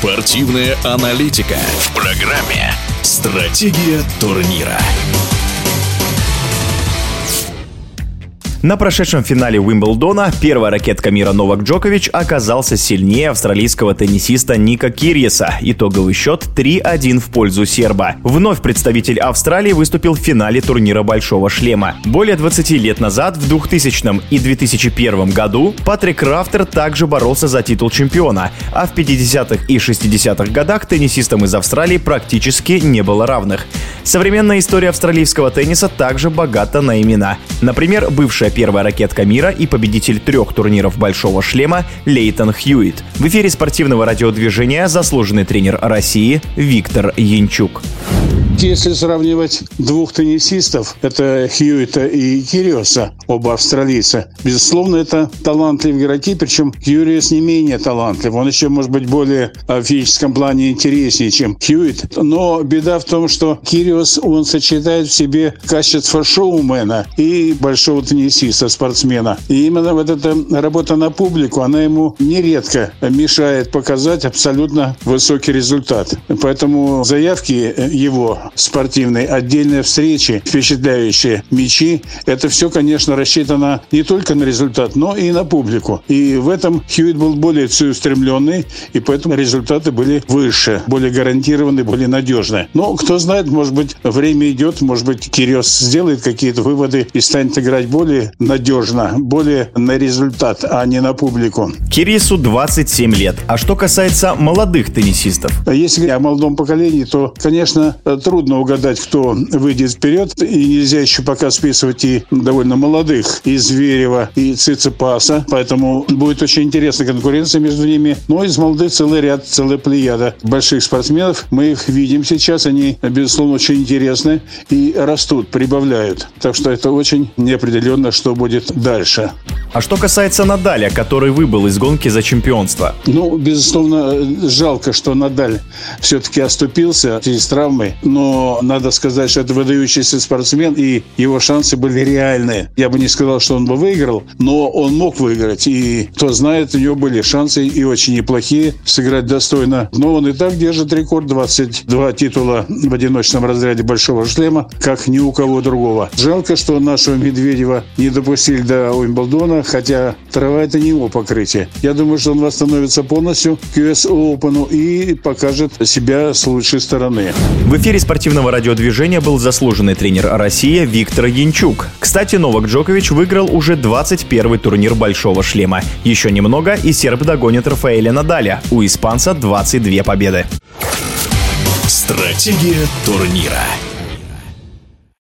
Спортивная аналитика в программе «Стратегия турнира». На прошедшем финале Уимблдона первая ракетка мира Новак Джокович оказался сильнее австралийского теннисиста Ника Кирьяса. Итоговый счет 3-1 в пользу серба. Вновь представитель Австралии выступил в финале турнира «Большого шлема». Более 20 лет назад, в 2000 и 2001 году, Патрик Рафтер также боролся за титул чемпиона, а в 50-х и 60-х годах теннисистам из Австралии практически не было равных. Современная история австралийского тенниса также богата на имена. Например, бывшая первая ракетка мира и победитель 3 турниров «Большого шлема» Лейтон Хьюитт. В эфире спортивного радиодвижения заслуженный тренер России Виктор Янчук. Если сравнивать двух теннисистов, это Хьюитта и Кирьяса, оба австралийца, безусловно, это талантливые игроки, причем Кирьяс не менее талантлив. Он еще, может быть, более в физическом плане интереснее, чем Хьюитт. Но беда в том, что Кирьяс, он сочетает в себе качество шоумена и большого теннисиста, спортсмена. И именно вот эта работа на публику, она ему нередко мешает показать абсолютно высокий результат. Поэтому заявки его спортивные, отдельные встречи, впечатляющие мячи, это все, конечно, рассчитано не только на результат, но и на публику. И в этом Хьюитт был более целеустремленный, и поэтому результаты были выше, более гарантированные, более надежные. Но, кто знает, может быть, время идет, может быть, Кирьяс сделает какие-то выводы и станет играть более надежно, более на результат, а не на публику. Кирьясу 27 лет. А что касается молодых теннисистов? Если о молодом поколении, то, конечно, трудно угадать, кто выйдет вперед, и нельзя еще пока списывать и довольно молодых, и Зверева, и Циципаса, поэтому будет очень интересная конкуренция между ними. Но из молодых целый ряд, целая плеяда больших спортсменов. Мы их видим сейчас, они, безусловно, очень интересны и растут, прибавляют. Так что это очень неопределенно, что будет дальше. А что касается Надаля, который выбыл из гонки за чемпионство? Безусловно, жалко, что Надаль все-таки оступился из травмы, но надо сказать, что это выдающийся спортсмен, и его шансы были реальные. Я бы не сказал, что он бы выиграл, но он мог выиграть, и кто знает, у него были шансы и очень неплохие сыграть достойно. Но он и так держит рекорд, 22 титула в одиночном разряде «Большого шлема», как ни у кого другого. Жалко, что нашего Медведева не допустили до Уимблдона, хотя трава — это не его покрытие. Я думаю, что он восстановится полностью к US Open и покажет себя с лучшей стороны. В эфире спортивного радиодвижения был заслуженный тренер России Виктор Янчук. Кстати, Новак Джокович выиграл уже 21-й турнир «Большого шлема». Еще немного, и серб догонит Рафаэля Надаля. У испанца 22 победы. Стратегия турнира.